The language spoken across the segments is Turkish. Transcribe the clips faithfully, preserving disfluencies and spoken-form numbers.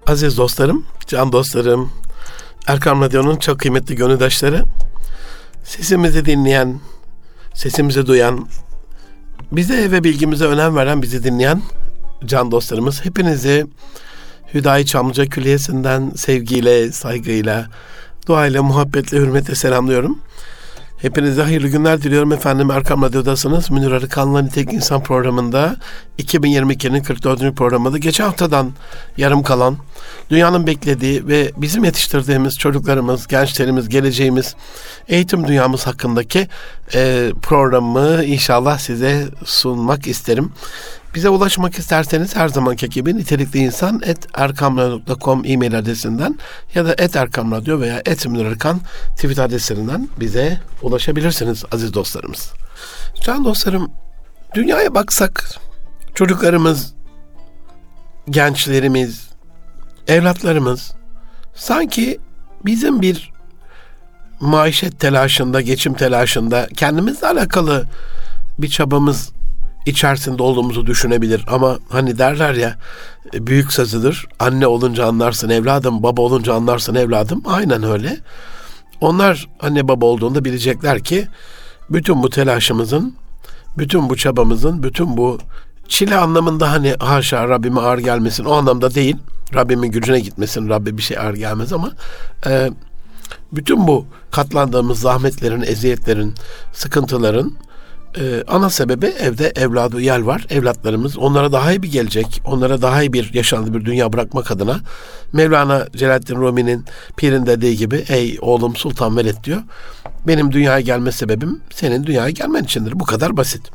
Aziz dostlarım, can dostlarım, Erkam Radyo'nun çok kıymetli gönüldaşları, sesimizi dinleyen, sesimizi duyan, bize ve bilgimize önem veren, bizi dinleyen can dostlarımız, hepinizi Hüdayi Çamlıca Külliyesi'nden sevgiyle, saygıyla, duayla, muhabbetle, hürmetle selamlıyorum. Hepinize hayırlı günler diliyorum efendim. Erkam Radyo'dasınız. Münir Arıkan'la Nitelik İnsan programında iki bin yirmi ikinin kırk dördüncü programında geçen haftadan yarım kalan, dünyanın beklediği ve bizim yetiştirdiğimiz çocuklarımız, gençlerimiz, geleceğimiz, eğitim dünyamız hakkındaki e, programı inşallah size sunmak isterim. Bize ulaşmak isterseniz her zamanki gibi nitelikliinsan et erkamradyo nokta com e-mail adresinden ya da et erkamradyo veya et Münir Arıkan Twitter adreslerinden bize ulaşabilirsiniz aziz dostlarımız. Can dostlarım, dünyaya baksak çocuklarımız, gençlerimiz, evlatlarımız sanki bizim bir maişet telaşında, geçim telaşında kendimizle alakalı bir çabamız içerisinde olduğumuzu düşünebilir. Ama hani derler ya, büyük sözüdür. Anne olunca anlarsın evladım, baba olunca anlarsın evladım. Aynen öyle. Onlar anne baba olduğunda bilecekler ki bütün bu telaşımızın, bütün bu çabamızın, bütün bu çile anlamında, hani haşa Rabbime ağır gelmesin, o anlamda değil. Rabbimin gücüne gitmesin, Rabbe bir şey ağır gelmez ama e, bütün bu katlandığımız zahmetlerin, eziyetlerin, sıkıntıların Ee, ana sebebi evde evladı yer var. Evlatlarımız, onlara daha iyi bir gelecek, onlara daha iyi bir yaşanlı bir dünya bırakmak adına Mevlana Celaleddin Rumi'nin pirin dediği gibi, ey oğlum Sultan Veled diyor, benim dünyaya gelme sebebim senin dünyaya gelmen içindir. Bu kadar basit.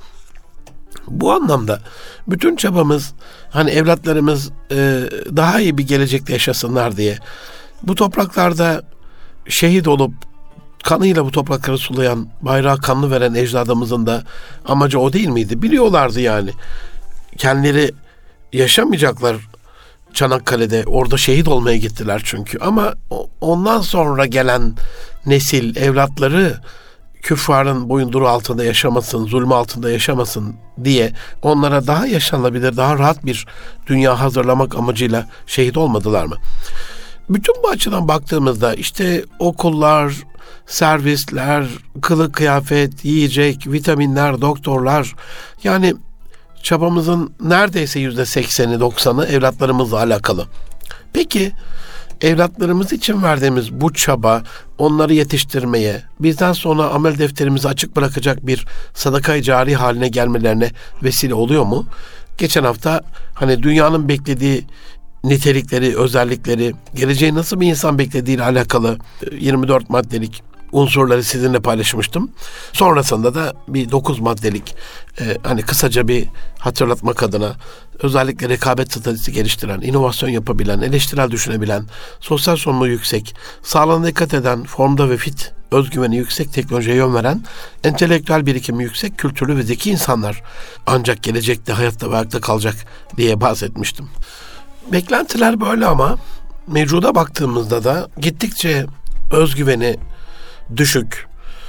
Bu anlamda bütün çabamız, hani evlatlarımız e, daha iyi bir gelecekte yaşasınlar diye, bu topraklarda şehit olup kanıyla bu toprakları sulayan, bayrağı kanlı veren ecdadımızın da amacı o değil miydi? Biliyorlardı yani. Kendileri yaşamayacaklar Çanakkale'de. Orada şehit olmaya gittiler çünkü. Ama ondan sonra gelen nesil, evlatları küffarın boyunduruğu altında yaşamasın, zulmü altında yaşamasın diye onlara daha yaşanabilir, daha rahat bir dünya hazırlamak amacıyla şehit olmadılar mı? Bütün bu açıdan baktığımızda işte okullar, servisler, kılık kıyafet, yiyecek, vitaminler, doktorlar, yani çabamızın neredeyse yüzde sekseni doksanı evlatlarımızla alakalı. Peki evlatlarımız için verdiğimiz bu çaba, onları yetiştirmeye, bizden sonra amel defterimizi açık bırakacak bir sadaka-i cari haline gelmelerine vesile oluyor mu? Geçen hafta hani dünyanın beklediği nitelikleri, özellikleri, geleceği nasıl bir insan beklediğiyle alakalı yirmi dört maddelik unsurları sizinle paylaşmıştım. Sonrasında da bir dokuz maddelik e, hani kısaca bir hatırlatmak adına, özellikle rekabet stratejisi geliştiren, inovasyon yapabilen, eleştirel düşünebilen, sosyal sorumluluğu yüksek, sağlığına dikkat eden, formda ve fit, özgüveni yüksek, teknolojiye yön veren, entelektüel birikimi yüksek, kültürlü ve zeki insanlar ancak gelecekte hayatta ve ayakta kalacak diye bahsetmiştim. Beklentiler böyle ama mevcuda baktığımızda da gittikçe özgüveni düşük,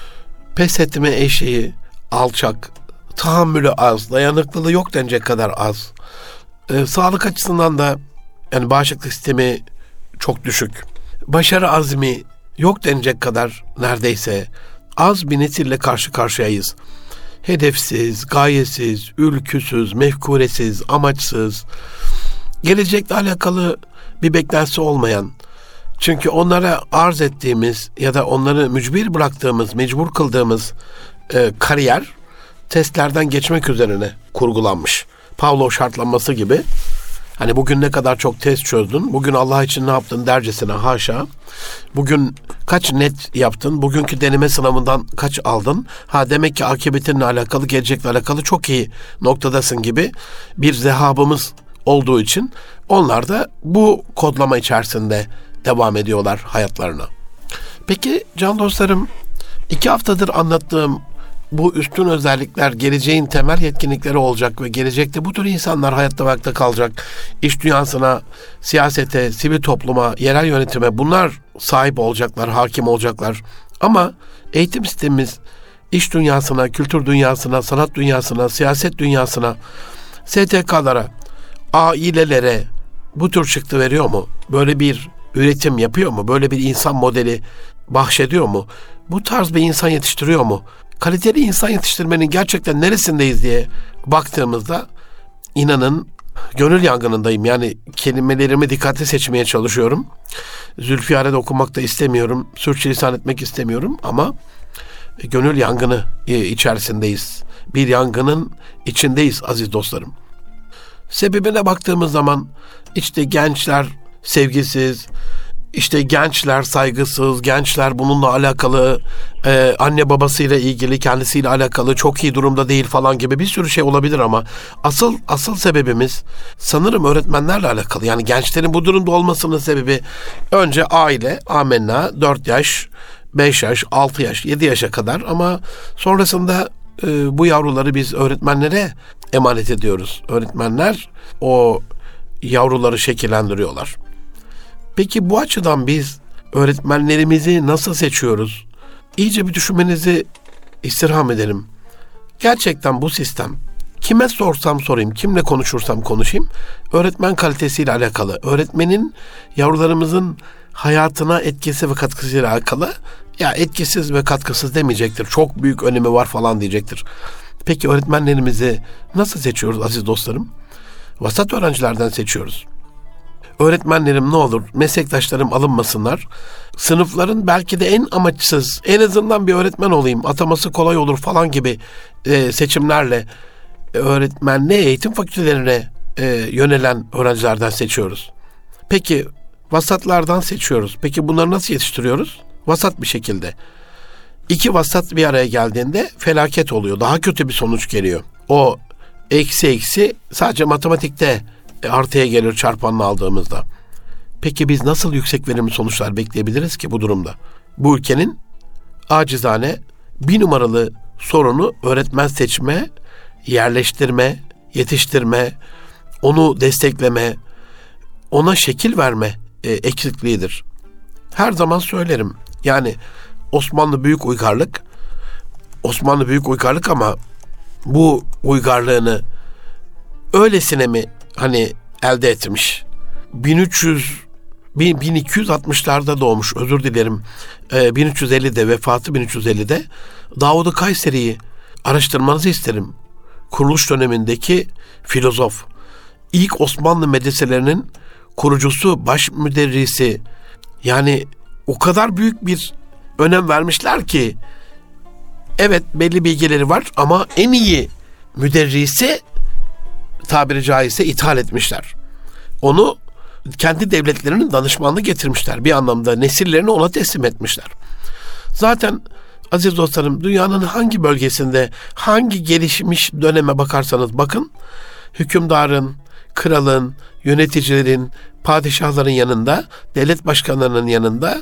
pes etme eşiği alçak, tahammülü az, dayanıklılığı yok denecek kadar az. Ee, sağlık açısından da yani bağışıklık sistemi çok düşük. Başarı azmi yok denecek kadar neredeyse az bir nesille karşı karşıyayız. Hedefsiz, gayesiz, ülküsüz, mefkuresiz, amaçsız, gelecekle alakalı bir beklentisi olmayan, çünkü onlara arz ettiğimiz ya da onları mücbir bıraktığımız, mecbur kıldığımız e, kariyer testlerden geçmek üzerine kurgulanmış. Pavlov şartlanması gibi. Hani bugün ne kadar çok test çözdün, bugün Allah için ne yaptın dercesine, haşa. Bugün kaç net yaptın, bugünkü deneme sınavından kaç aldın. Ha demek ki akıbetinle alakalı, gelecekle alakalı çok iyi noktadasın gibi bir zehabımız olduğu için onlar da bu kodlama içerisinde devam ediyorlar hayatlarına. Peki can dostlarım, iki haftadır anlattığım bu üstün özellikler geleceğin temel yetkinlikleri olacak ve gelecekte bu tür insanlar hayatta ve ayakta kalacak. İş dünyasına, siyasete, sivil topluma, yerel yönetime bunlar sahip olacaklar, hakim olacaklar. Ama eğitim sistemimiz iş dünyasına, kültür dünyasına, sanat dünyasına, siyaset dünyasına, S T K'lara, ailelere, bu tür çıktı veriyor mu? Böyle bir üretim yapıyor mu? Böyle bir insan modeli bahşediyor mu? Bu tarz bir insan yetiştiriyor mu? Kaliteli insan yetiştirmenin gerçekten neresindeyiz diye baktığımızda inanın gönül yangınındayım. Yani kelimelerimi dikkatli seçmeye çalışıyorum. Zülfiyare de okumak da istemiyorum. Sürçülisan etmek istemiyorum ama gönül yangını içerisindeyiz. Bir yangının içindeyiz aziz dostlarım. Sebebine baktığımız zaman işte gençler sevgisiz, işte gençler saygısız, gençler bununla alakalı, e, anne babasıyla ilgili, kendisiyle alakalı çok iyi durumda değil falan gibi bir sürü şey olabilir ama asıl asıl sebebimiz sanırım öğretmenlerle alakalı. Yani gençlerin bu durumda olmasının sebebi önce aile, amenna, dört yaş, beş yaş, altı yaş, yedi yaşa kadar ama sonrasında e, bu yavruları biz öğretmenlere emanet ediyoruz. Öğretmenler o yavruları şekillendiriyorlar. Peki bu açıdan biz öğretmenlerimizi nasıl seçiyoruz? İyice bir düşünmenizi istirham ederim. Gerçekten bu sistem, kime sorsam sorayım, kimle konuşursam konuşayım, öğretmen kalitesiyle alakalı, öğretmenin yavrularımızın hayatına etkisi ve katkısıyla alakalı, ya etkisiz ve katkısız demeyecektir, çok büyük önemi var falan diyecektir. Peki öğretmenlerimizi nasıl seçiyoruz aziz dostlarım? Vasat öğrencilerden seçiyoruz. Öğretmenlerim ne olur, meslektaşlarım alınmasınlar. Sınıfların belki de en amaçsız, en azından bir öğretmen olayım, ataması kolay olur falan gibi e, seçimlerle e, öğretmenliğe, eğitim fakültelerine e, yönelen öğrencilerden seçiyoruz. Peki vasatlardan seçiyoruz. Peki bunları nasıl yetiştiriyoruz? Vasat bir şekilde. İki vasat bir araya geldiğinde felaket oluyor. Daha kötü bir sonuç geliyor. O eksi eksi sadece matematikte artıya gelir çarpanını aldığımızda. Peki biz nasıl yüksek verimli sonuçlar bekleyebiliriz ki bu durumda? Bu ülkenin acizane bir numaralı sorunu öğretmen seçme, yerleştirme, yetiştirme, onu destekleme, ona şekil verme e, eksikliğidir. Her zaman söylerim. Yani Osmanlı büyük uygarlık, Osmanlı büyük uygarlık ama bu uygarlığını öylesine mi hani elde etmiş? bin üç yüz bin iki yüz altmışlarda doğmuş, özür dilerim. Ee, bin üç yüz ellide vefatı bin üç yüz ellide. Davud-u Kayseri'yi araştırmanızı isterim. Kuruluş dönemindeki filozof. İlk Osmanlı medreselerinin kurucusu, baş müderrisi. Yani o kadar büyük bir önem vermişler ki evet belli bilgileri var ama en iyi müderrisi tabiri caizse ithal etmişler. Onu kendi devletlerinin danışmanlığı getirmişler. Bir anlamda nesillerini ona teslim etmişler. Zaten aziz dostlarım dünyanın hangi bölgesinde hangi gelişmiş döneme bakarsanız bakın hükümdarın, kralın, yöneticilerin, padişahların yanında, devlet başkanlarının yanında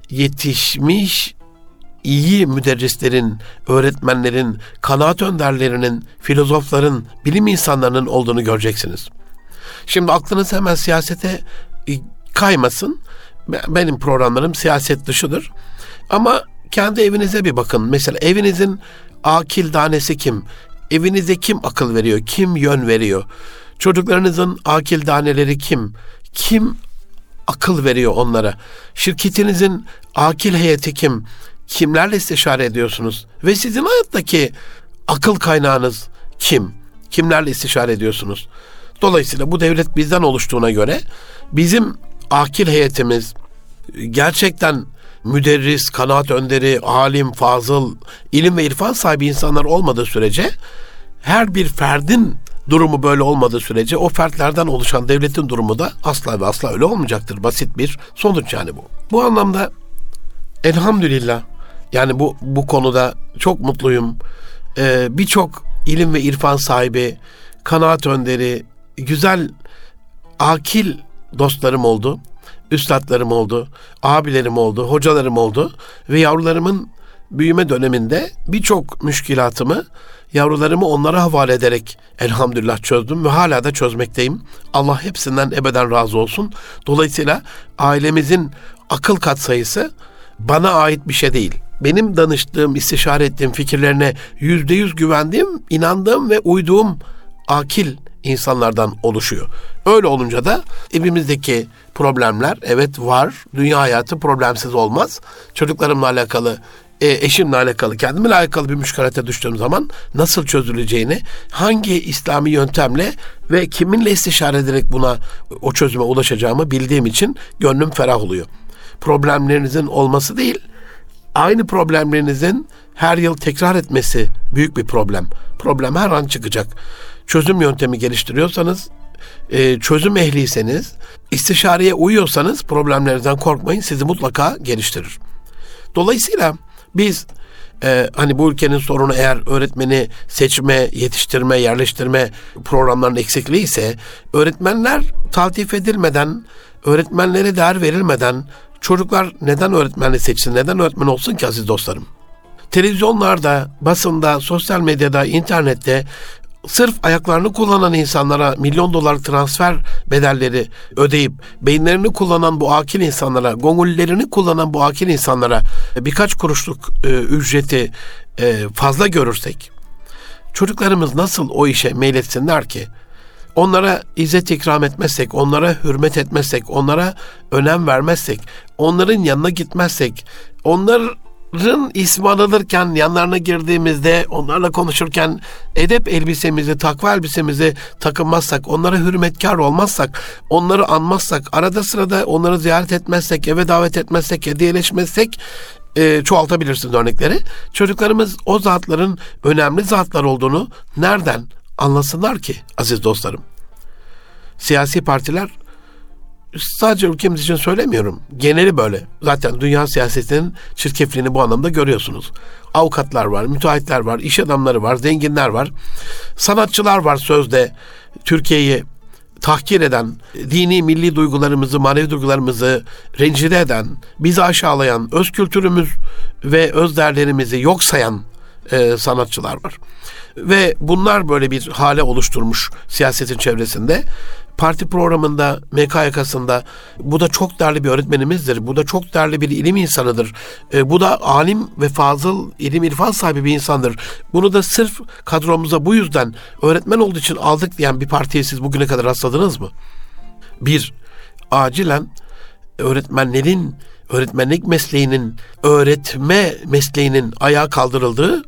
yetişmiş iyi müderrislerin, öğretmenlerin, kanaat önderlerinin, filozofların, bilim insanlarının olduğunu göreceksiniz. Şimdi aklınız hemen siyasete kaymasın. Benim programlarım siyaset dışıdır. Ama kendi evinize bir bakın. Mesela evinizin akil danesi kim? Evinize kim akıl veriyor? Kim yön veriyor? Çocuklarınızın akil daneleri kim? Kim akıl veriyor onlara? Şirketinizin akil heyeti kim? Kimlerle istişare ediyorsunuz? Ve sizin hayattaki akıl kaynağınız kim? Kimlerle istişare ediyorsunuz? Dolayısıyla bu devlet bizden oluştuğuna göre bizim akil heyetimiz gerçekten müderris, kanaat önderi, alim, fazıl, ilim ve irfan sahibi insanlar olmadığı sürece, her bir ferdin durumu böyle olmadığı sürece o fertlerden oluşan devletin durumu da asla ve asla öyle olmayacaktır. Basit bir sonuç yani bu. Bu anlamda elhamdülillah yani bu bu konuda çok mutluyum. Ee, birçok ilim ve irfan sahibi, kanaat önderi, güzel, akil dostlarım oldu, üstadlarım oldu, abilerim oldu, hocalarım oldu ve yavrularımın büyüme döneminde birçok müşkilatımı, yavrularımı onlara havale ederek elhamdülillah çözdüm ve hala da çözmekteyim. Allah hepsinden ebeden razı olsun. Dolayısıyla ailemizin akıl katsayısı bana ait bir şey değil. Benim danıştığım, istişare ettiğim fikirlerine yüzde yüz güvendiğim, inandığım ve uyduğum akil insanlardan oluşuyor. Öyle olunca da evimizdeki problemler evet var. Dünya hayatı problemsiz olmaz. Çocuklarımla alakalı, e, eşimle alakalı, kendimle alakalı bir müşkülate düştüğüm zaman nasıl çözüleceğini, hangi İslami yöntemle ve kiminle istişare ederek buna, o çözüme ulaşacağımı bildiğim için gönlüm ferah oluyor. Problemlerinizin olması değil, aynı problemlerinizin her yıl tekrar etmesi büyük bir problem. Problem her an çıkacak. Çözüm yöntemi geliştiriyorsanız, çözüm ehliyseniz, istişareye uyuyorsanız problemlerinizden korkmayın, sizi mutlaka geliştirir. Dolayısıyla biz e, hani bu ülkenin sorunu eğer öğretmeni seçme, yetiştirme, yerleştirme programlarının eksikliği ise, öğretmenler taltif edilmeden, öğretmenlere değer verilmeden çocuklar neden öğretmenliği seçsin, neden öğretmen olsun ki aziz dostlarım? Televizyonlarda, basında, sosyal medyada, internette sırf ayaklarını kullanan insanlara milyon dolar transfer bedelleri ödeyip beyinlerini kullanan bu akil insanlara, gongullerini kullanan bu akil insanlara birkaç kuruşluk e, ücreti e, fazla görürsek, çocuklarımız nasıl o işe meyletsinler ki? Onlara izzet ikram etmezsek, onlara hürmet etmezsek, onlara önem vermezsek, onların yanına gitmezsek, onların ismi anılırken yanlarına girdiğimizde, onlarla konuşurken edep elbisemizi, takva elbisemizi takınmazsak, onlara hürmetkar olmazsak, onları anmazsak, arada sırada onları ziyaret etmezsek, eve davet etmezsek, hediyeleşmezsek, e, çoğaltabilirsiniz örnekleri. Çocuklarımız o zatların önemli zatlar olduğunu nereden anlasınlar ki aziz dostlarım? Siyasi partiler, sadece ülkemiz için söylemiyorum, geneli böyle. Zaten dünya siyasetinin çirkefliğini bu anlamda görüyorsunuz. Avukatlar var, müteahhitler var, iş adamları var, zenginler var. Sanatçılar var sözde Türkiye'yi tahkir eden, dini, milli duygularımızı, manevi duygularımızı rencide eden, bizi aşağılayan, öz kültürümüz ve öz değerlerimizi yok sayan e, sanatçılar var. Ve bunlar böyle bir hale oluşturmuş siyasetin çevresinde. Parti programında, M K Y'sında bu da çok değerli bir öğretmenimizdir. Bu da çok değerli bir ilim insanıdır. E, bu da alim ve fazıl, ilim irfan sahibi bir insandır. Bunu da sırf kadromuza bu yüzden öğretmen olduğu için aldık diyen bir partiye siz bugüne kadar rastladınız mı? Bir, acilen öğretmenlerin, öğretmenlik mesleğinin, öğretme mesleğinin ayağa kaldırıldığı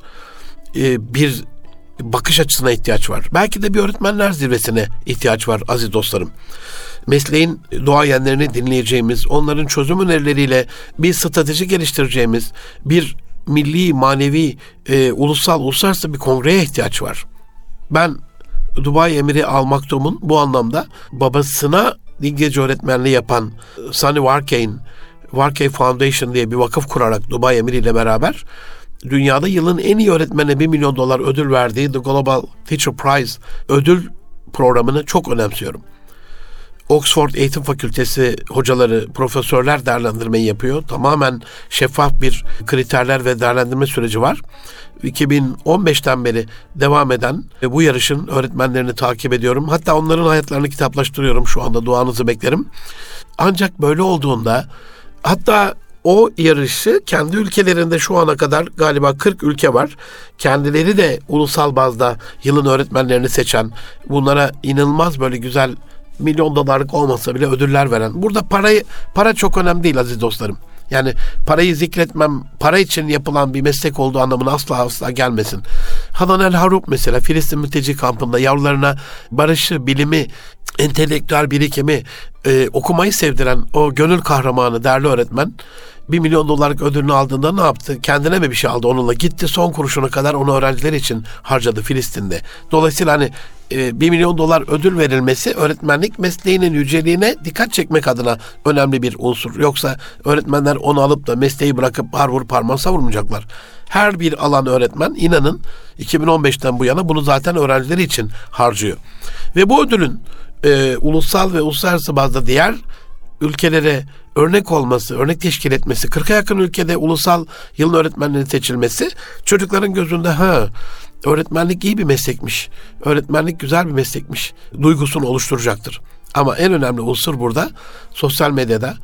e, bir bakış açısına ihtiyaç var. Belki de bir öğretmenler zirvesine ihtiyaç var aziz dostlarım. Mesleğin duayenlerini dinleyeceğimiz, onların çözüm önerileriyle bir strateji geliştireceğimiz bir milli, manevi, e, ulusal, uluslararası bir kongreye ihtiyaç var. Ben Dubai Emiri Al Maktoum'un bu anlamda babasına İngilizce öğretmenliği yapan Sunny Warkane, Warkane Foundation diye bir vakıf kurarak Dubai Emiri ile beraber dünyada yılın en iyi öğretmenine bir milyon dolar ödül verdiği The Global Teacher Prize ödül programını çok önemsiyorum. Oxford Eğitim Fakültesi hocaları, profesörler değerlendirmeyi yapıyor. Tamamen şeffaf bir kriterler ve değerlendirme süreci var. iki bin on beşten beri devam eden bu yarışın öğretmenlerini takip ediyorum. Hatta onların hayatlarını kitaplaştırıyorum şu anda, duanızı beklerim. Ancak böyle olduğunda, hatta o yarışı kendi ülkelerinde şu ana kadar galiba kırk ülke var. Kendileri de ulusal bazda yılın öğretmenlerini seçen, bunlara inanılmaz böyle güzel, milyon dolarlık olmasa bile ödüller veren. Burada parayı, para çok önemli değil aziz dostlarım. Yani parayı zikretmem, para için yapılan bir meslek olduğu anlamına asla asla gelmesin. Hanan El Harup mesela Filistin mülteci kampında yavrularına barışı, bilimi, entelektüel birikimi, e, okumayı sevdiren o gönül kahramanı, değerli öğretmen bir milyon dolarlık ödülünü aldığında ne yaptı? Kendine mi bir şey aldı onunla? Gitti son kuruşuna kadar onu öğrenciler için harcadı Filistin'de. Dolayısıyla hani e, bir milyon dolar ödül verilmesi öğretmenlik mesleğinin yüceliğine dikkat çekmek adına önemli bir unsur. Yoksa öğretmenler onu alıp da mesleği bırakıp har vur parmağı savurmayacaklar. Her bir alan öğretmen, inanın iki bin on beşten bu yana bunu zaten öğrencileri için harcıyor. Ve bu ödülün e, ulusal ve uluslararası bazda diğer ülkelere örnek olması, örnek teşkil etmesi, kırka yakın ülkede ulusal yılın öğretmenliğinin seçilmesi çocukların gözünde ha öğretmenlik iyi bir meslekmiş, öğretmenlik güzel bir meslekmiş duygusunu oluşturacaktır. Ama en önemli unsur burada sosyal medyada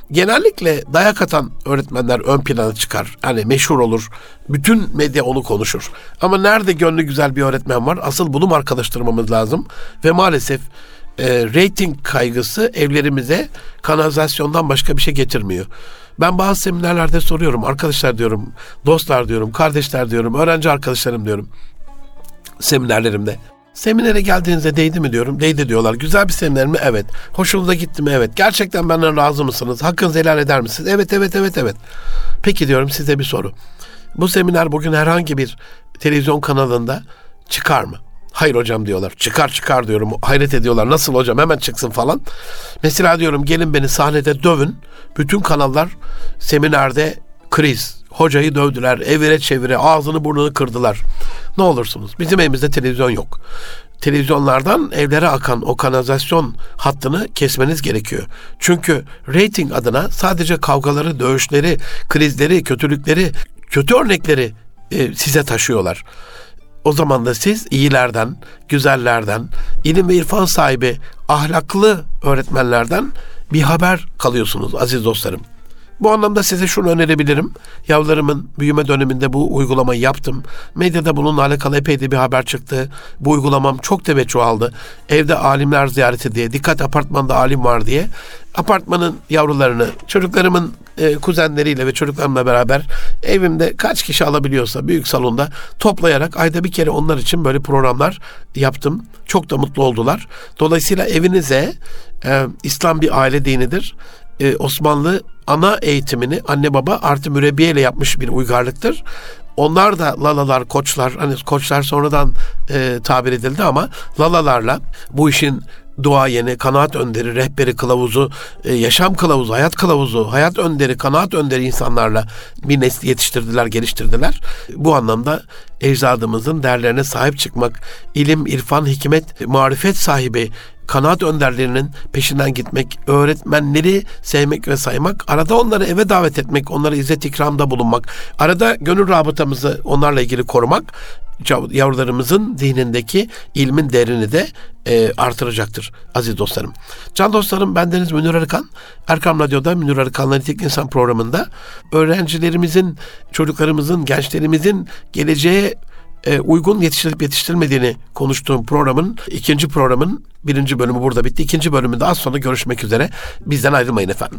Genellikle dayak atan öğretmenler ön plana çıkar. Hani meşhur olur. Bütün medya onu konuşur. Ama nerede gönlü güzel bir öğretmen var? Asıl bunu mu arkadaştırmamız lazım? Ve maalesef e, reyting kaygısı evlerimize kanalizasyondan başka bir şey getirmiyor. Ben bazı seminerlerde soruyorum. Arkadaşlar diyorum, dostlar diyorum, kardeşler diyorum, öğrenci arkadaşlarım diyorum. Seminerlerimde. Seminere geldiğinizde değdi mi diyorum. Değdi diyorlar. Güzel bir seminer mi? Evet. Hoşunuza gitti mi? Evet. Gerçekten benden razı mısınız? Hakkınızı helal eder misiniz? Evet, evet, evet, evet. Peki diyorum, size bir soru. Bu seminer bugün herhangi bir televizyon kanalında çıkar mı? Hayır hocam diyorlar. Çıkar çıkar diyorum. Hayret ediyorlar. Nasıl hocam, hemen çıksın falan. Mesela diyorum, gelin beni sahnede dövün. Bütün kanallar seminerde kriz. Hocayı dövdüler, evire çevire, ağzını burnunu kırdılar. Ne olursunuz, bizim evimizde televizyon yok. Televizyonlardan evlere akan o kanalizasyon hattını kesmeniz gerekiyor. Çünkü reyting adına sadece kavgaları, dövüşleri, krizleri, kötülükleri, kötü örnekleri e, size taşıyorlar. O zaman da siz iyilerden, güzellerden, ilim ve irfan sahibi, ahlaklı öğretmenlerden bir haber kalıyorsunuz aziz dostlarım. Bu anlamda size şunu önerebilirim. Yavrularımın büyüme döneminde bu uygulamayı yaptım. Medyada bununla alakalı epey de bir haber çıktı. Bu uygulamam çok teveccüh aldı. Evde alimler ziyareti diye, dikkat apartmanda alim var diye. Apartmanın yavrularını, çocuklarımın e, kuzenleriyle ve çocuklarımla beraber evimde kaç kişi alabiliyorsa büyük salonda toplayarak ayda bir kere onlar için böyle programlar yaptım. Çok da mutlu oldular. Dolayısıyla evinize e, İslam bir aile dinidir. Ee, Osmanlı ana eğitimini anne baba artı mürebbiye ile yapmış bir uygarlıktır. Onlar da lalalar, koçlar, hani koçlar sonradan e, tabir edildi ama lalalarla bu işin duayeni, kanaat önderi, rehberi, kılavuzu, e, yaşam kılavuzu, hayat kılavuzu, hayat önderi, kanaat önderi insanlarla bir nesli yetiştirdiler, geliştirdiler. Bu anlamda ecdadımızın değerlerine sahip çıkmak, ilim, irfan, hikmet, marifet sahibi kanaat önderlerinin peşinden gitmek, öğretmenleri sevmek ve saymak, arada onları eve davet etmek, onlara izzet ikramda bulunmak, arada gönül rabıtamızı onlarla ilgili korumak, yavrularımızın zihnindeki ilmin değerini de e, artıracaktır aziz dostlarım. Can dostlarım, bendeniz Münir Arıkan. Erkam Radyo'da Münir Arıkan'la Nitelikli İnsan programında öğrencilerimizin, çocuklarımızın, gençlerimizin geleceğe e, uygun yetiştirilip yetiştirilmediğini konuştuğum programın, ikinci programın birinci bölümü burada bitti. İkinci bölümünde az sonra görüşmek üzere. Bizden ayrılmayın efendim.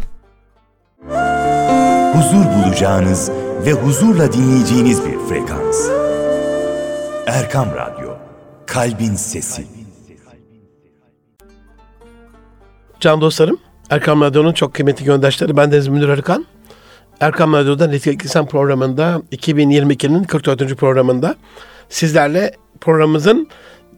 Huzur bulacağınız ve huzurla dinleyeceğiniz bir frekans. Erkam Radyo, Kalbin Sesi. Can dostlarım, Erkam Radyo'nun çok kıymetli göndaşları, bendeniz Münir Arıkan. Erkam Radyo'da Nitelikli İnsan programında iki bin yirmi ikinin kırk dördüncü programında sizlerle, programımızın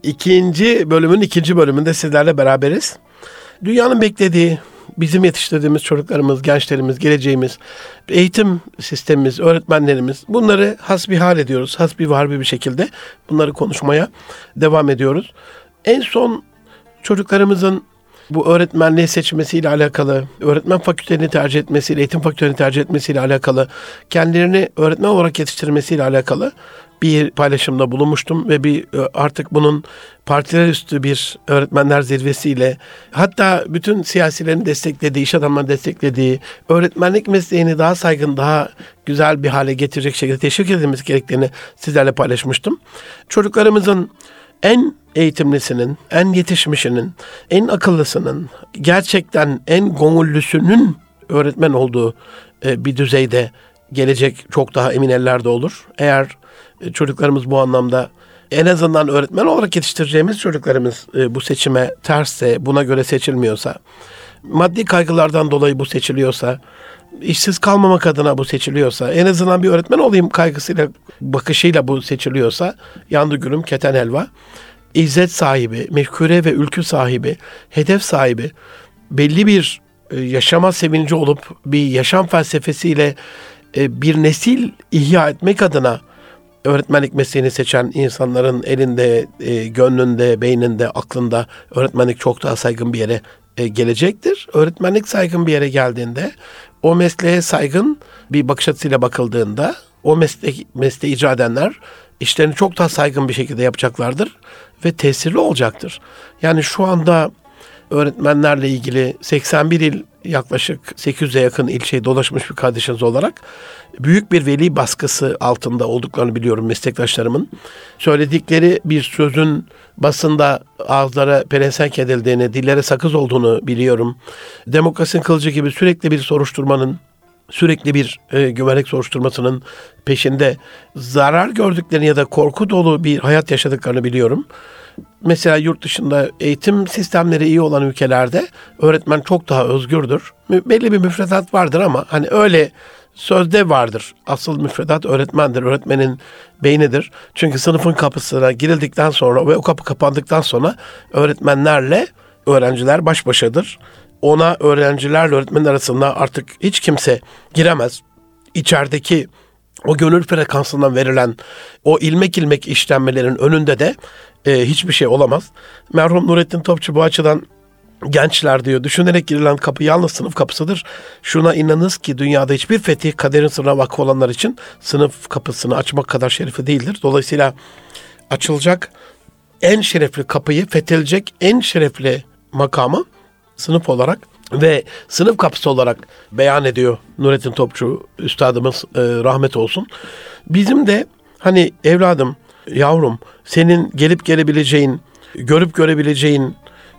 ikinci bölümün ikinci bölümünde sizlerle beraberiz. Dünyanın beklediği, bizim yetiştirdiğimiz çocuklarımız, gençlerimiz, geleceğimiz, eğitim sistemimiz, öğretmenlerimiz, bunları hasbihal ediyoruz. Hasbiharbi bir şekilde bunları konuşmaya devam ediyoruz. En son çocuklarımızın bu öğretmenliği seçmesiyle alakalı, öğretmen fakültelerini tercih etmesiyle, eğitim fakültelerini tercih etmesiyle alakalı, kendilerini öğretmen olarak yetiştirmesiyle alakalı bir paylaşımda bulunmuştum ve bir artık bunun partiler üstü bir öğretmenler zirvesiyle, hatta bütün siyasilerin desteklediği, iş adamlarının desteklediği, öğretmenlik mesleğini daha saygın, daha güzel bir hale getirecek şekilde teşvik edilmesi gerektiğini sizlerle paylaşmıştım. Çocuklarımızın en eğitimlisinin, en yetişmişinin, en akıllısının, gerçekten en gönüllüsünün öğretmen olduğu bir düzeyde gelecek çok daha emin ellerde olur. Eğer çocuklarımız bu anlamda, en azından öğretmen olarak yetiştireceğimiz çocuklarımız bu seçime tersse, buna göre seçilmiyorsa, maddi kaygılardan dolayı bu seçiliyorsa, işsiz kalmamak adına bu seçiliyorsa, en azından bir öğretmen olayım kaygısıyla, bakışıyla bu seçiliyorsa, yandı gülüm keten helva. İzzet sahibi, mefkure ve ülkü sahibi, hedef sahibi, belli bir yaşama sevinci olup bir yaşam felsefesiyle bir nesil ihya etmek adına öğretmenlik mesleğini seçen insanların elinde, gönlünde, beyninde, aklında öğretmenlik çok daha saygın bir yere gelecektir. Öğretmenlik saygın bir yere geldiğinde, o mesleğe saygın bir bakış açısıyla bakıldığında, o meslek, mesleği icra edenler işlerini çok daha saygın bir şekilde yapacaklardır ve tesirli olacaktır. Yani şu anda öğretmenlerle ilgili seksen bir il, yaklaşık sekiz yüze yakın ilçeyi dolaşmış bir kardeşiniz olarak büyük bir veli baskısı altında olduklarını biliyorum meslektaşlarımın. Söyledikleri bir sözün basında ağızlara pelesenk edildiğini, dillere sakız olduğunu biliyorum. Demokrasinin kılıcı gibi sürekli bir soruşturmanın, sürekli bir e, güvenlik soruşturmasının peşinde zarar gördüklerini ya da korku dolu bir hayat yaşadıklarını biliyorum. Mesela yurt dışında eğitim sistemleri iyi olan ülkelerde öğretmen çok daha özgürdür. Belli bir müfredat vardır ama hani öyle sözde vardır. Asıl müfredat öğretmendir. Öğretmenin beynidir. Çünkü sınıfın kapısına girildikten sonra ve o kapı kapandıktan sonra öğretmenlerle öğrenciler baş başadır. Ona öğrencilerle öğretmen arasında artık hiç kimse giremez. İçerideki o gönül frekansından verilen o ilmek ilmek işlenmelerin önünde de e, hiçbir şey olamaz. Merhum Nurettin Topçu bu açıdan gençler diyor, düşünerek girilen kapı yalnız sınıf kapısıdır. Şuna inanınız ki dünyada hiçbir fetih kaderin sırrına vakıf olanlar için sınıf kapısını açmak kadar şerefli değildir. Dolayısıyla açılacak en şerefli kapıyı, fethedilecek en şerefli makamı sınıf olarak ve sınıf kapısı olarak beyan ediyor Nurettin Topçu üstadımız, e, rahmet olsun. Bizim de hani evladım, yavrum, senin gelip gelebileceğin, görüp görebileceğin,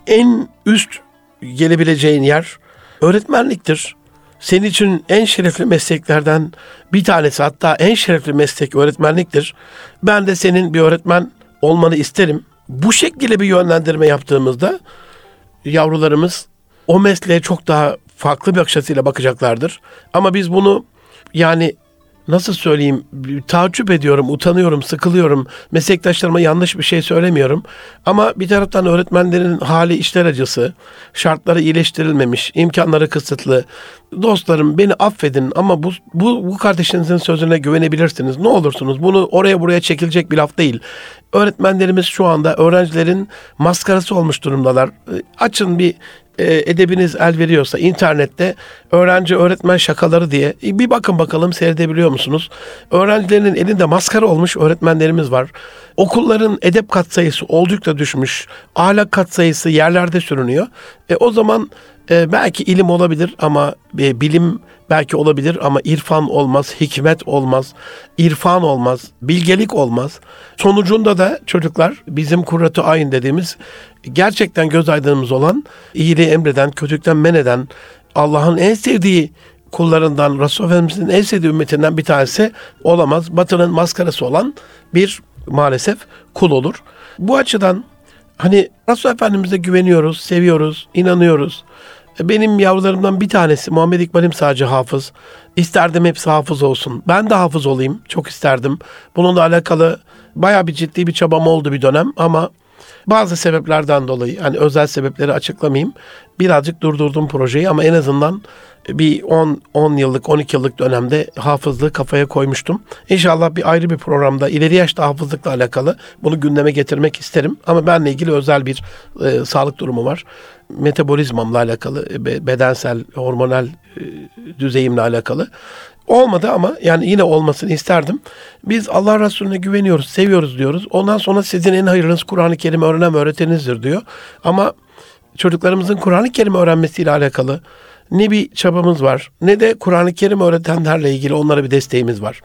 en üst gelebileceğin yer öğretmenliktir. Senin için en şerefli mesleklerden bir tanesi, hatta en şerefli meslek öğretmenliktir. Ben de senin bir öğretmen olmanı isterim. Bu şekilde bir yönlendirme yaptığımızda yavrularımız o mesleğe çok daha farklı bir bakış açısıyla bakacaklardır. Ama biz bunu yani nasıl söyleyeyim, taaccüp ediyorum, utanıyorum, sıkılıyorum. Meslektaşlarıma yanlış bir şey söylemiyorum. Ama bir taraftan öğretmenlerin hali içler acısı, şartları iyileştirilmemiş, imkanları kısıtlı. Dostlarım beni affedin ama bu, bu, bu kardeşinizin sözüne güvenebilirsiniz. Ne olursunuz, bunu oraya buraya çekilecek bir laf değil. Öğretmenlerimiz şu anda öğrencilerin maskarası olmuş durumdalar. Açın bir edebiniz el veriyorsa internette öğrenci öğretmen şakaları diye bir bakın bakalım, seyredebiliyor musunuz? Öğrencilerin elinde maskara olmuş öğretmenlerimiz var. Okulların edep katsayısı oldukça düşmüş. Ahlak katsayısı yerlerde sürünüyor. E, o zaman e, belki ilim olabilir ama e, bilim belki olabilir ama irfan olmaz, hikmet olmaz, irfan olmaz, bilgelik olmaz. Sonucunda da çocuklar bizim kurratu ayn dediğimiz gerçekten göz aydınımız olan, iyiliği emreden, kötülükten men eden, Allah'ın en sevdiği kullarından, Resulullah Efendimiz'in en sevdiği ümmetinden bir tanesi olamaz. Batının maskarası olan bir maalesef kul olur. Bu açıdan hani Resulullah Efendimiz'e güveniyoruz, seviyoruz, inanıyoruz. Benim yavrularımdan bir tanesi Muhammed İkbal'im sadece hafız. İsterdim hepsi hafız olsun. Ben de hafız olayım. Çok isterdim. Bununla alakalı bayağı bir ciddi bir çabam oldu bir dönem ama bazı sebeplerden dolayı, hani özel sebepleri açıklamayayım, birazcık durdurdum projeyi ama en azından bir on on yıllık, on iki yıllık dönemde hafızlığı kafaya koymuştum. İnşallah bir ayrı bir programda ileri yaşta hafızlıkla alakalı bunu gündeme getirmek isterim. Ama benle ilgili özel bir e, sağlık durumu var. Metabolizmamla alakalı, be, bedensel, hormonal e, düzeyimle alakalı. Olmadı ama yani yine olmasını isterdim. Biz Allah Resulüne güveniyoruz, seviyoruz diyoruz. Ondan sonra sizin en hayırlınız Kur'an-ı Kerim öğrenen öğretenizdir diyor. Ama çocuklarımızın Kur'an-ı Kerim öğrenmesiyle alakalı ne bir çabamız var, ne de Kur'an-ı Kerim öğretenlerle ilgili onlara bir desteğimiz var.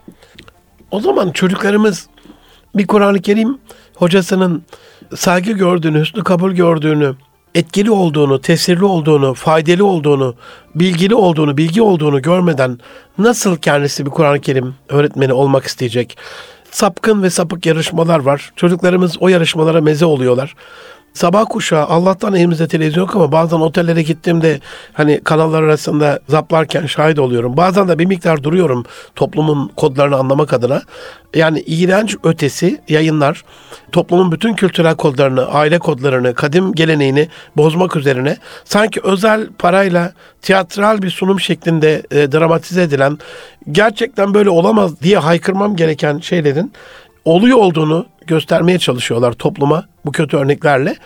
O zaman çocuklarımız bir Kur'an-ı Kerim hocasının saygı gördüğünü, hüsnü kabul gördüğünü, etkili olduğunu, tesirli olduğunu, faydalı olduğunu, bilgili olduğunu, bilgi olduğunu görmeden nasıl kendisi bir Kur'an-ı Kerim öğretmeni olmak isteyecek? Sapkın ve sapık yarışmalar var. Çocuklarımız o yarışmalara meze oluyorlar. Sabah kuşağı, Allah'tan elimizde televizyon yok ama bazen otellere gittiğimde hani kanallar arasında zaplarken şahit oluyorum. Bazen de bir miktar duruyorum toplumun kodlarını anlamak adına. Yani iğrenç ötesi yayınlar toplumun bütün kültürel kodlarını, aile kodlarını, kadim geleneğini bozmak üzerine sanki özel parayla tiyatral bir sunum şeklinde e, dramatize edilen, gerçekten böyle olamaz diye haykırmam gereken şeylerin oluyor olduğunu göstermeye çalışıyorlar topluma bu kötü örneklerle.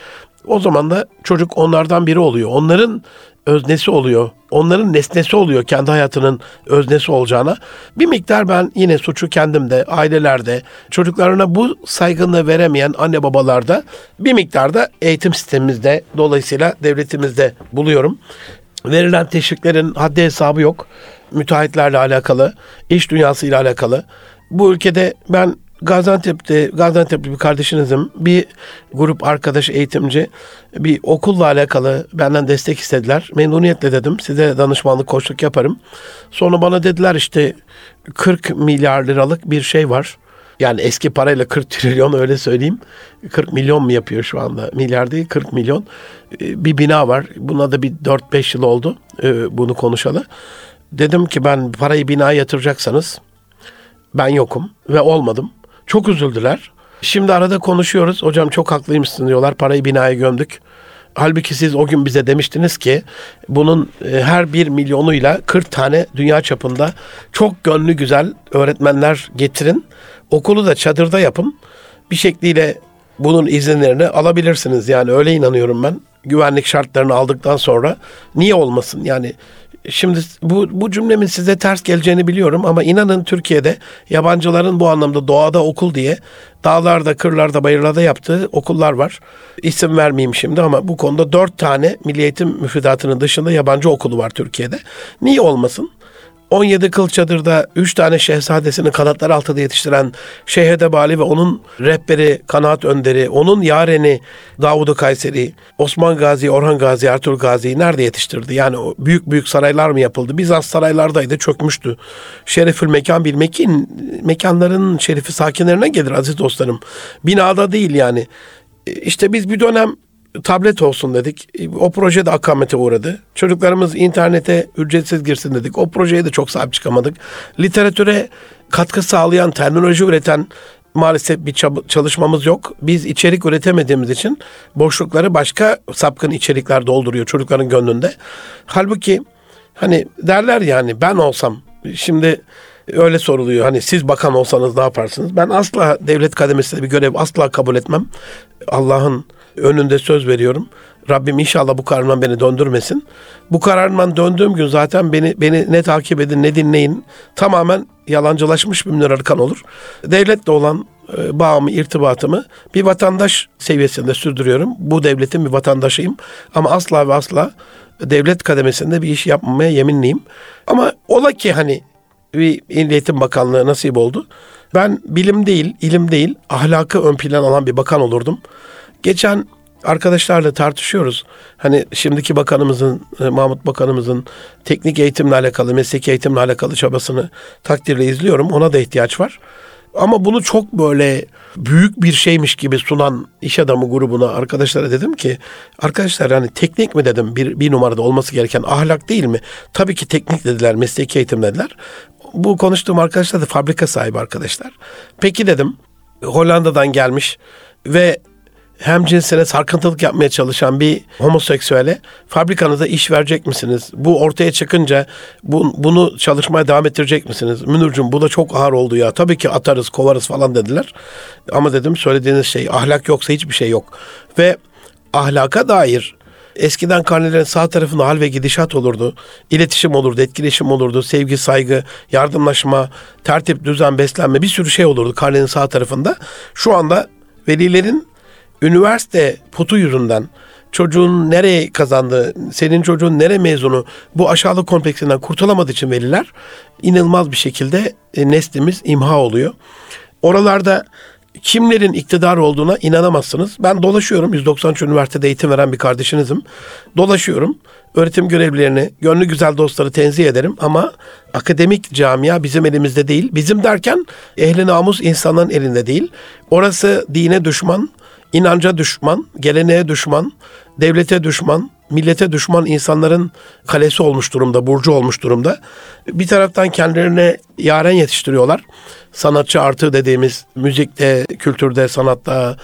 O zaman da çocuk onlardan biri oluyor. Onların öznesi oluyor. Onların nesnesi oluyor kendi hayatının öznesi olacağına. Bir miktar ben yine suçu kendimde, ailelerde, çocuklarına bu saygınlığı veremeyen anne babalarda, bir miktar da eğitim sistemimizde, dolayısıyla devletimizde buluyorum. Verilen teşviklerin haddi hesabı yok. Müteahhitlerle alakalı, iş dünyasıyla alakalı. Bu ülkede ben Gaziantep'te, Gaziantep'li bir kardeşinizim. Bir grup arkadaş eğitimci bir okulla alakalı benden destek istediler. Memnuniyetle dedim. Size danışmanlık, koçluk yaparım. Sonra bana dediler işte kırk milyar liralık bir şey var. Yani eski parayla kırk trilyon, öyle söyleyeyim. kırk milyon mu yapıyor şu anda? Milyar değil, kırk milyon. Bir bina var. Buna da bir dört beş yıl oldu bunu konuşalı. Dedim ki ben parayı binaya yatıracaksanız ben yokum ve olmadım. Çok üzüldüler. Şimdi arada konuşuyoruz. Hocam çok haklıymışsın diyorlar. Parayı binaya gömdük. Halbuki siz o gün bize demiştiniz ki bunun her bir milyonuyla kırk tane dünya çapında çok gönlü güzel öğretmenler getirin. Okulu da çadırda yapın. Bir şekliyle bunun izinlerini alabilirsiniz. Yani öyle inanıyorum ben. Güvenlik şartlarını aldıktan sonra niye olmasın? Yani şimdi bu, bu cümlemin size ters geleceğini biliyorum ama inanın Türkiye'de yabancıların bu anlamda doğada okul diye dağlarda, kırlarda, bayırlarda yaptığı okullar var. İsim vermeyeyim şimdi ama bu konuda dört tane Milli Eğitim Müfredatı'nın dışında yabancı okulu var Türkiye'de. Niye olmasın? on yedi kıl çadırda üç tane şehzadesini kanatlar altında yetiştiren Şeyh Edebali ve onun rehberi, kanaat önderi, onun yareni Davud-u Kayseri, Osman Gazi, Orhan Gazi, Ertuğrul Gazi'yi nerede yetiştirdi? Yani o büyük büyük saraylar mı yapıldı? Bizans saraylardaydı, çökmüştü. Şerefül mekan bil mekin, mekanların şerifi sakinlerine gelir aziz dostlarım. Binada değil yani. İşte biz bir dönem tablet olsun dedik. O proje de akamete uğradı. Çocuklarımız internete ücretsiz girsin dedik. O projeye de çok sahip çıkamadık. Literatüre katkı sağlayan, terminoloji üreten maalesef bir çalışmamız yok. Biz içerik üretemediğimiz için boşlukları başka sapkın içerikler dolduruyor çocukların gönlünde. Halbuki hani derler yani ben olsam, şimdi öyle soruluyor. Hani siz bakan olsanız ne yaparsınız? Ben asla devlet kademesinde bir görev asla kabul etmem. Allah'ın önünde söz veriyorum. Rabbim inşallah bu kararımdan beni döndürmesin. Bu kararımdan döndüğüm gün zaten beni beni ne takip edin ne dinleyin. Tamamen yalancılaşmış bir Münir Arıkan olur. Devletle olan e, bağımı, irtibatımı bir vatandaş seviyesinde sürdürüyorum. Bu devletin bir vatandaşıyım. Ama asla ve asla devlet kademesinde bir iş yapmamaya yeminliyim. Ama ola ki hani bir Milli Eğitim Bakanlığı nasip oldu. Ben bilim değil, ilim değil, ahlakı ön plan alan bir bakan olurdum. Geçen arkadaşlarla tartışıyoruz. Hani şimdiki bakanımızın, Mahmut Bakanımızın teknik eğitimle alakalı, mesleki eğitimle alakalı çabasını takdirle izliyorum. Ona da ihtiyaç var. Ama bunu çok böyle büyük bir şeymiş gibi sunan iş adamı grubuna arkadaşlara dedim ki, arkadaşlar hani teknik mi dedim, bir, bir numarada olması gereken ahlak değil mi? Tabii ki teknik dediler, mesleki eğitim dediler. Bu konuştuğum arkadaşlar da fabrika sahibi arkadaşlar. Peki dedim, Hollanda'dan gelmiş ve hem cinsine sarkıntılık yapmaya çalışan bir homoseksüele fabrikanıza iş verecek misiniz? Bu ortaya çıkınca bu, bunu çalışmaya devam ettirecek misiniz? Münir'cim bu da çok ağır oldu ya. Tabii ki atarız, kovarız falan dediler. Ama dedim söylediğiniz şey ahlak yoksa hiçbir şey yok. Ve ahlaka dair eskiden karnelerin sağ tarafında hal ve gidişat olurdu. İletişim olurdu, etkileşim olurdu, sevgi, saygı, yardımlaşma, tertip, düzen, beslenme, bir sürü şey olurdu karnenin sağ tarafında. Şu anda velilerin üniversite putu yüzünden çocuğun nereye kazandığı, senin çocuğun nereye mezunu, bu aşağılık kompleksinden kurtulamadığı için veliler inanılmaz bir şekilde e, neslimiz imha oluyor. Oralarda kimlerin iktidar olduğuna inanamazsınız. Ben dolaşıyorum. yüz doksan üç üniversitede eğitim veren bir kardeşinizim. Dolaşıyorum. Öğretim görevlilerini, gönlü güzel dostları tenzih ederim ama akademik camia bizim elimizde değil. Bizim derken ehli namus insanların elinde değil. Orası dine düşman, İnanca düşman, geleneğe düşman, devlete düşman, millete düşman insanların kalesi olmuş durumda, burcu olmuş durumda. Bir taraftan kendilerine yaren yetiştiriyorlar. Sanatçı artı dediğimiz müzikte, kültürde, sanatta,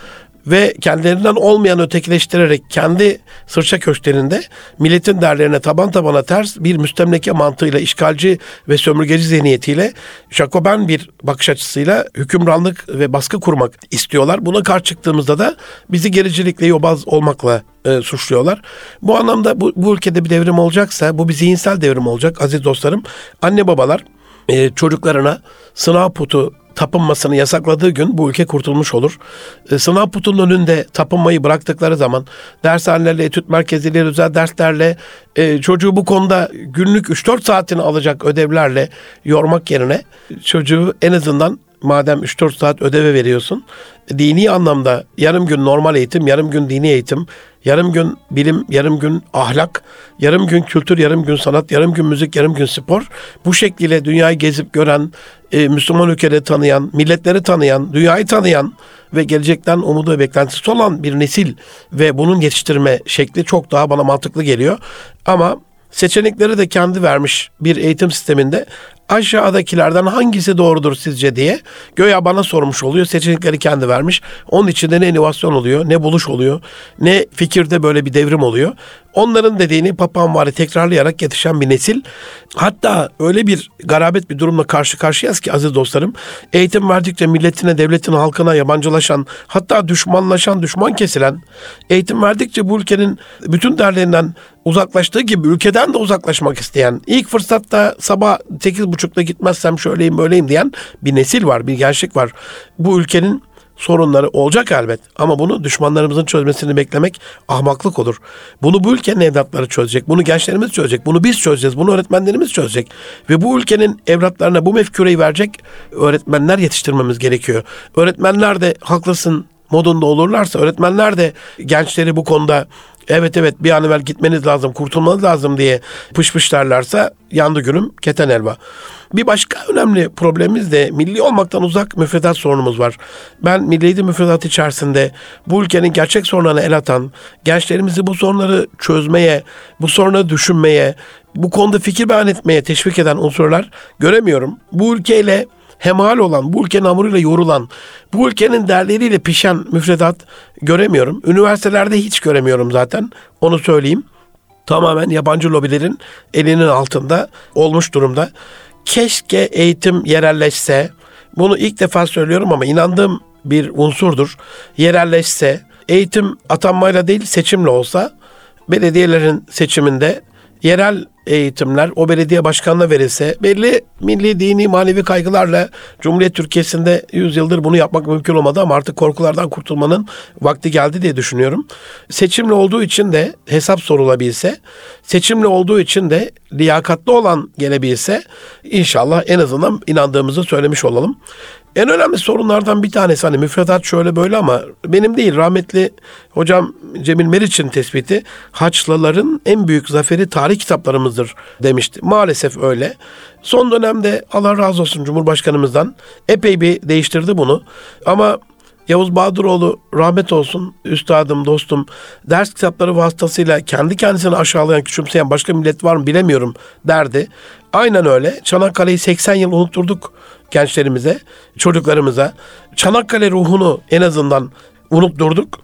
ve kendilerinden olmayan ötekileştirerek kendi sırça köşklerinde milletin değerlerine taban tabana ters bir müstemleke mantığıyla, işgalci ve sömürgeci zihniyetiyle, Jacoben bir bakış açısıyla hükümranlık ve baskı kurmak istiyorlar. Buna karşı çıktığımızda da bizi gericilikle, yobaz olmakla e, suçluyorlar. Bu anlamda bu, bu ülkede bir devrim olacaksa bu bir zihinsel devrim olacak aziz dostlarım. Anne babalar e, çocuklarına sınav putu tapınmasını yasakladığı gün bu ülke kurtulmuş olur. E, sınav putunun önünde tapınmayı bıraktıkları zaman dershanelerle, etüt merkezleriyle, özel derslerle, e, çocuğu bu konuda günlük üç dört saatini alacak ödevlerle yormak yerine çocuğu en azından madem üç dört saat ödeve veriyorsun, dini anlamda yarım gün normal eğitim, yarım gün dini eğitim, yarım gün bilim, yarım gün ahlak, yarım gün kültür, yarım gün sanat, yarım gün müzik, yarım gün spor. Bu şekliyle dünyayı gezip gören, e, Müslüman ülkeleri tanıyan, milletleri tanıyan, dünyayı tanıyan ve gelecekten umudu ve beklentisi olan bir nesil ve bunun yetiştirme şekli çok daha bana mantıklı geliyor. Ama seçenekleri de kendi vermiş bir eğitim sisteminde aşağıdakilerden hangisi doğrudur sizce diye göya bana sormuş oluyor. Seçenekleri kendi vermiş. Onun içinde ne inovasyon oluyor, ne buluş oluyor, ne fikirde böyle bir devrim oluyor. Onların dediğini papağanvari tekrarlayarak yetişen bir nesil. Hatta öyle bir garabet bir durumla karşı karşıyayız ki aziz dostlarım, eğitim verdikçe milletine, devletine, halkına yabancılaşan, hatta düşmanlaşan, düşman kesilen, eğitim verdikçe bu ülkenin bütün değerlerinden uzaklaştığı gibi ülkeden de uzaklaşmak isteyen, ilk fırsatta sabah sekiz buçukta gitmezsem şöyleyim böyleyim diyen bir nesil var, bir gençlik var. Bu ülkenin sorunları olacak elbet ama bunu düşmanlarımızın çözmesini beklemek ahmaklık olur. Bunu bu ülkenin evlatları çözecek, bunu gençlerimiz çözecek, bunu biz çözeceğiz, bunu öğretmenlerimiz çözecek. Ve bu ülkenin evlatlarına bu mefkureyi verecek öğretmenler yetiştirmemiz gerekiyor. Öğretmenler de haklısın modunda olurlarsa, öğretmenler de gençleri bu konuda evet evet bir an evvel gitmeniz lazım, kurtulmanız lazım diye pışpışlarlarsa yandı günüm keten elva. Bir başka önemli problemimiz de milli olmaktan uzak müfredat sorunumuz var. Ben milli eğitim müfredatı içerisinde bu ülkenin gerçek sorunlarına el atan, gençlerimizi bu sorunları çözmeye, bu sorunları düşünmeye, bu konuda fikir beyan etmeye teşvik eden unsurlar göremiyorum. Bu ülkeyle hemhal olan, bu ülkenin hamuruyla yoğrulan, bu ülkenin derleriyle pişen müfredat göremiyorum. Üniversitelerde hiç göremiyorum zaten, onu söyleyeyim. Tamamen yabancı lobilerin elinin altında olmuş durumda. Keşke eğitim yerelleşse, bunu ilk defa söylüyorum ama inandığım bir unsurdur. Yerelleşse, eğitim atanmayla değil seçimle olsa, belediyelerin seçiminde yerel eğitimler o belediye başkanına verilse, belli milli, dini, manevi kaygılarla Cumhuriyet Türkiye'sinde yüz yıldır bunu yapmak mümkün olmadı ama artık korkulardan kurtulmanın vakti geldi diye düşünüyorum. Seçimle olduğu için de hesap sorulabilse, seçimle olduğu için de liyakatli olan gelebilse, inşallah en azından inandığımızı söylemiş olalım. En önemli sorunlardan bir tanesi, hani müfredat şöyle böyle ama benim değil, rahmetli hocam Cemil Meriç'in tespiti, Haçlıların en büyük zaferi tarih kitaplarımızdır demişti. Maalesef öyle. Son dönemde Allah razı olsun Cumhurbaşkanımızdan epey bir değiştirdi bunu. Ama Yavuz Bahadıroğlu rahmet olsun, üstadım, dostum, ders kitapları vasıtasıyla kendi kendisini aşağılayan, küçümseyen başka millet var mı bilemiyorum derdi. Aynen öyle. Çanakkale'yi seksen yıl unutturduk gençlerimize, çocuklarımıza. Çanakkale ruhunu en azından unutturduk.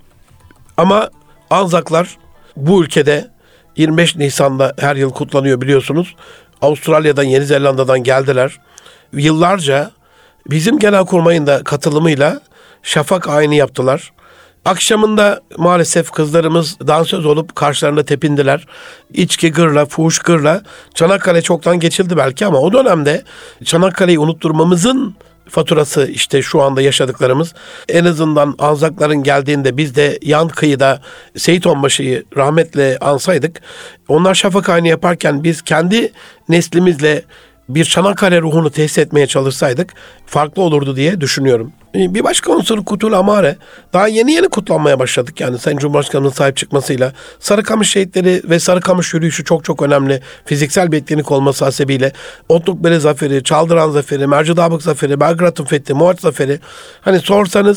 Ama Anzaklar bu ülkede yirmi beş Nisan'da her yıl kutlanıyor biliyorsunuz. Avustralya'dan, Yeni Zelanda'dan geldiler. Yıllarca bizim Genelkurmay'ın da katılımıyla şafak ayini yaptılar. Akşamında maalesef kızlarımız dansöz olup karşılarında tepindiler. İçki gırla, fuhuş gırla. Çanakkale çoktan geçildi belki ama o dönemde Çanakkale'yi unutturmamızın faturası işte şu anda yaşadıklarımız. En azından Anzakların geldiğinde biz de yan kıyıda Seyit Onbaşı'yı rahmetle ansaydık. Onlar şafak ayini yaparken biz kendi neslimizle bir Çanakkale ruhunu tesis etmeye çalışsaydık farklı olurdu diye düşünüyorum. Bir başka unsur Kutul Amare. Daha yeni yeni kutlanmaya başladık yani Sayın Cumhurbaşkanı'nın sahip çıkmasıyla. Sarıkamış şehitleri ve Sarıkamış yürüyüşü çok çok önemli. Fiziksel bir etkinlik olması hasebiyle. Otlukbeli Zaferi, Çaldıran Zaferi, Mercidabık Zaferi, Belgrad'ın Fethi, Mohaç Zaferi. Hani sorsanız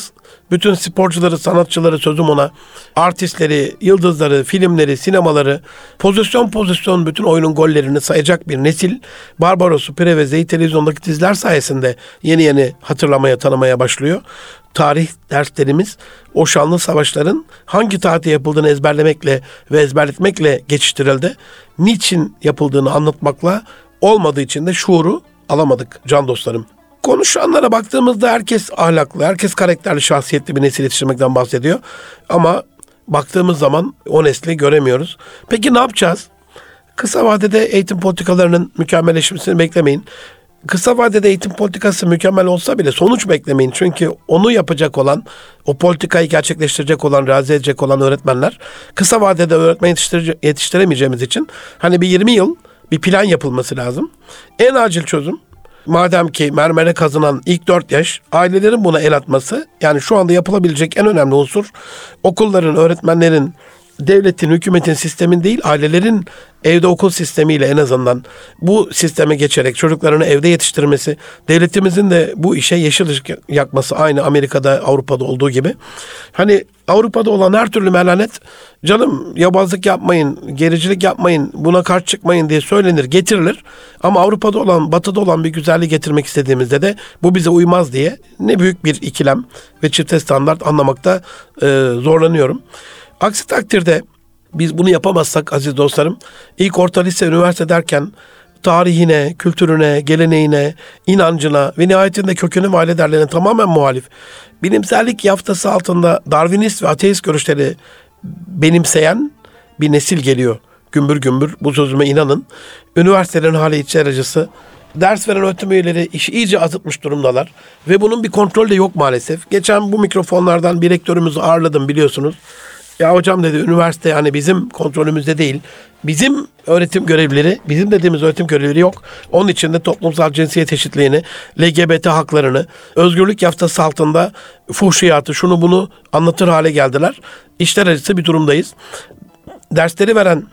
Bütün sporcuları, sanatçıları, sözüm ona, artistleri, yıldızları, filmleri, sinemaları, pozisyon pozisyon bütün oyunun gollerini sayacak bir nesil Barbaros'u, Preveze'yi televizyondaki diziler sayesinde yeni yeni hatırlamaya, tanımaya başlıyor. Tarih derslerimiz o şanlı savaşların hangi tarihte yapıldığını ezberlemekle ve ezberletmekle geçiştirildi. Niçin yapıldığını anlatmakla olmadığı için de şuuru alamadık can dostlarım. Konuşanlara baktığımızda herkes ahlaklı, herkes karakterli, şahsiyetli bir nesil yetiştirmekten bahsediyor. Ama baktığımız zaman o nesli göremiyoruz. Peki ne yapacağız? Kısa vadede eğitim politikalarının mükemmelleşmesini beklemeyin. Kısa vadede eğitim politikası mükemmel olsa bile sonuç beklemeyin. Çünkü onu yapacak olan, o politikayı gerçekleştirecek olan, realize edecek olan öğretmenler kısa vadede öğretmen yetiştire- yetiştiremeyeceğimiz için hani bir yirmi yıl bir plan yapılması lazım. En acil çözüm, madem ki mermere kazınan ilk dört yaş, ailelerin buna el atması, yani şu anda yapılabilecek en önemli unsur okulların, öğretmenlerin, devletin, hükümetin, sistemin değil, ailelerin evde okul sistemiyle en azından bu sisteme geçerek çocuklarını evde yetiştirmesi, devletimizin de bu işe yeşil ışık yakması, aynı Amerika'da, Avrupa'da olduğu gibi. Hani Avrupa'da olan her türlü melanet, canım yobazlık yapmayın, gericilik yapmayın, buna karşı çıkmayın diye söylenir, getirilir. Ama Avrupa'da olan, Batı'da olan bir güzelliği getirmek istediğimizde de bu bize uymaz diye ne büyük bir ikilem ve çifte standart anlamakta e, zorlanıyorum. Aksi takdirde biz bunu yapamazsak aziz dostlarım, ilk orta lise, üniversite derken tarihine, kültürüne, geleneğine, inancına ve nihayetinde kökünü ve aile değerlerine tamamen muhalif, bilimsellik yaftası altında Darwinist ve ateist görüşleri benimseyen bir nesil geliyor. Gümbür gümbür, bu sözüme inanın. Üniversitelerin hali içler acısı. Ders veren öğretim üyeleri işi iyice azıtmış durumdalar. Ve bunun bir kontrolü de yok maalesef. Geçen bu mikrofonlardan bir rektörümüzü ağırladım, biliyorsunuz. Ya hocam dedi, üniversite yani bizim kontrolümüzde değil. Bizim öğretim görevlileri, bizim dediğimiz öğretim görevlileri yok. Onun için de toplumsal cinsiyet eşitliğini, L G B T haklarını, özgürlük yaftası altında fuhşiyatı, şunu bunu anlatır hale geldiler. İşler acısı bir durumdayız. Dersleri veren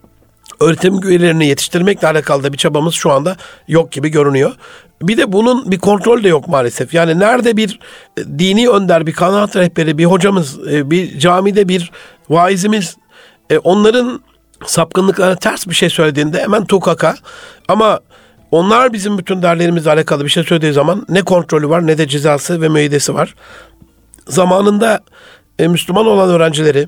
öğretim üyelerini yetiştirmekle alakalı da bir çabamız şu anda yok gibi görünüyor. Bir de bunun bir kontrol de yok maalesef. Yani nerede bir dini önder, bir kanaat rehberi, bir hocamız, bir camide bir vaizimiz onların sapkınlıklarına ters bir şey söylediğinde hemen tukaka. Ama onlar bizim bütün değerlerimizle alakalı bir şey söylediği zaman ne kontrolü var ne de cezası ve müeyyidesi var. Zamanında Müslüman olan öğrencileri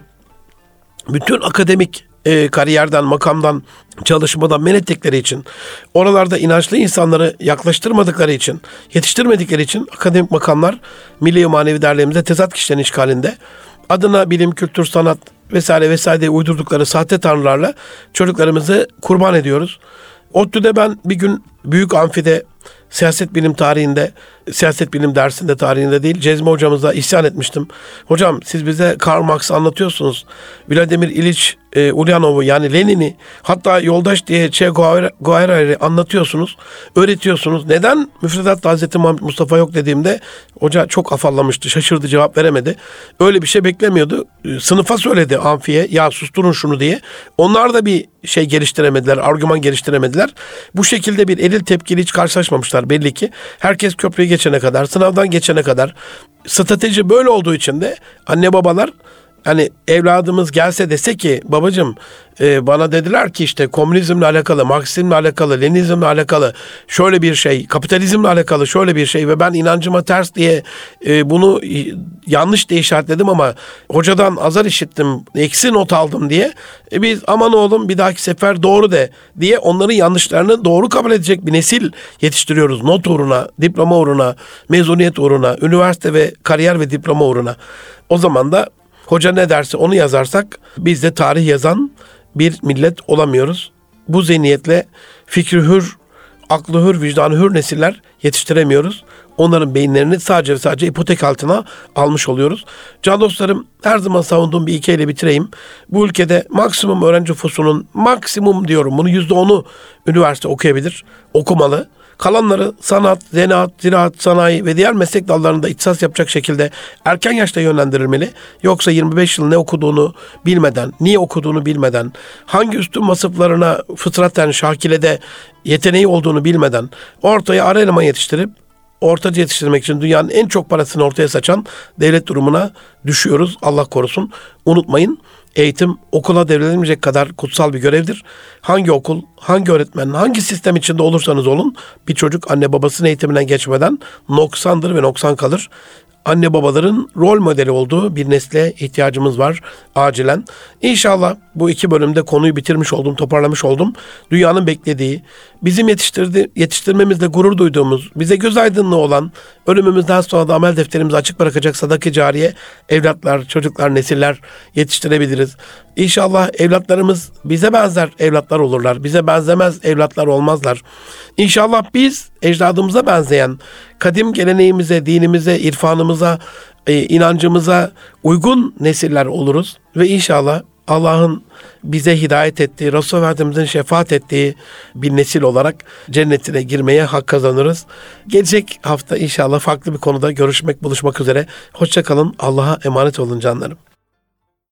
bütün akademik E, kariyerden, makamdan, çalışmadan men ettikleri için, oralarda inançlı insanları yaklaştırmadıkları için, yetiştirmedikleri için akademik makamlar milli manevi değerlerimize tezat kişilerin işgalinde, adına bilim, kültür, sanat vesaire vesaire uydurdukları sahte tanrılarla çocuklarımızı kurban ediyoruz. ODTÜ'de ben bir gün büyük amfide siyaset bilim tarihinde, siyaset bilim dersinde tarihinde değil, Cezmi hocamıza isyan etmiştim. Hocam siz bize Karl Marx'ı anlatıyorsunuz. Vladimir İliç e, Ulyanov'u yani Lenin'i, hatta yoldaş diye Che Guevara'yı anlatıyorsunuz, öğretiyorsunuz. Neden müfredatta Hazreti Muhammed Mustafa yok dediğimde hoca çok afallamıştı, şaşırdı, cevap veremedi. Öyle bir şey beklemiyordu. E, sınıfa söyledi, amfiye, ya susturun şunu diye. Onlar da bir şey geliştiremediler, argüman geliştiremediler. Bu şekilde bir eril tepkili hiç karşılaşmamışlar belli ki. Herkes köprüyü geçene kadar, sınavdan geçene kadar, strateji böyle olduğu için de anne babalar, hani evladımız gelse dese ki babacığım e, bana dediler ki işte komünizmle alakalı, Marksizmle alakalı, Leninizmle alakalı şöyle bir şey, kapitalizmle alakalı şöyle bir şey ve ben inancıma ters diye e, bunu yanlış diye işaretledim ama hocadan azar işittim, eksi not aldım diye e, biz aman oğlum bir dahaki sefer doğru de diye onların yanlışlarını doğru kabul edecek bir nesil yetiştiriyoruz. Not uğruna, diploma uğruna, mezuniyet uğruna, üniversite ve kariyer ve diploma uğruna. O zaman da hoca ne derse onu yazarsak biz de tarih yazan bir millet olamıyoruz. Bu zihniyetle fikri hür, aklı hür, vicdanı hür nesiller yetiştiremiyoruz. Onların beyinlerini sadece ve sadece ipotek altına almış oluyoruz. Can dostlarım, her zaman savunduğum bir ilkeyle bitireyim. Bu ülkede maksimum öğrenci nüfusunun, maksimum diyorum bunu, yüzde onu üniversite okuyabilir, okumalı. Kalanları sanat, zanaat, ziraat, sanayi ve diğer meslek dallarında ihtisas yapacak şekilde erken yaşta yönlendirilmeli. Yoksa yirmi beş yıl ne okuduğunu bilmeden, niye okuduğunu bilmeden, hangi üstün vasıflarına fıtraten, şakilede yeteneği olduğunu bilmeden ortaya ara eleman yetiştirip ortacı yetiştirmek için dünyanın en çok parasını ortaya saçan devlet durumuna düşüyoruz. Allah korusun. Unutmayın, eğitim okula devredilmeyecek kadar kutsal bir görevdir. Hangi okul, hangi öğretmen, hangi sistem içinde olursanız olun, bir çocuk anne babasının eğitiminden geçmeden noksandır ve noksan kalır. Anne babaların rol modeli olduğu bir nesle ihtiyacımız var acilen. İnşallah bu iki bölümde konuyu bitirmiş oldum, toparlamış oldum. Dünyanın beklediği, bizim yetiştirdi, yetiştirmemizde gurur duyduğumuz, bize göz aydınlığı olan, ölümümüzden sonra da amel defterimizi açık bırakacak sadaka-i cariye evlatlar, çocuklar, nesiller yetiştirebiliriz. İnşallah evlatlarımız bize benzer evlatlar olurlar. Bize benzemez evlatlar olmazlar. İnşallah biz ecdadımıza benzeyen, kadim geleneğimize, dinimize, irfanımıza, e, inancımıza uygun nesiller oluruz. Ve inşallah Allah'ın bize hidayet ettiği, Resulullah Efendimiz'in şefaat ettiği bir nesil olarak cennetine girmeye hak kazanırız. Gelecek hafta inşallah farklı bir konuda görüşmek, buluşmak üzere. Hoşça kalın. Allah'a emanet olun canlarım.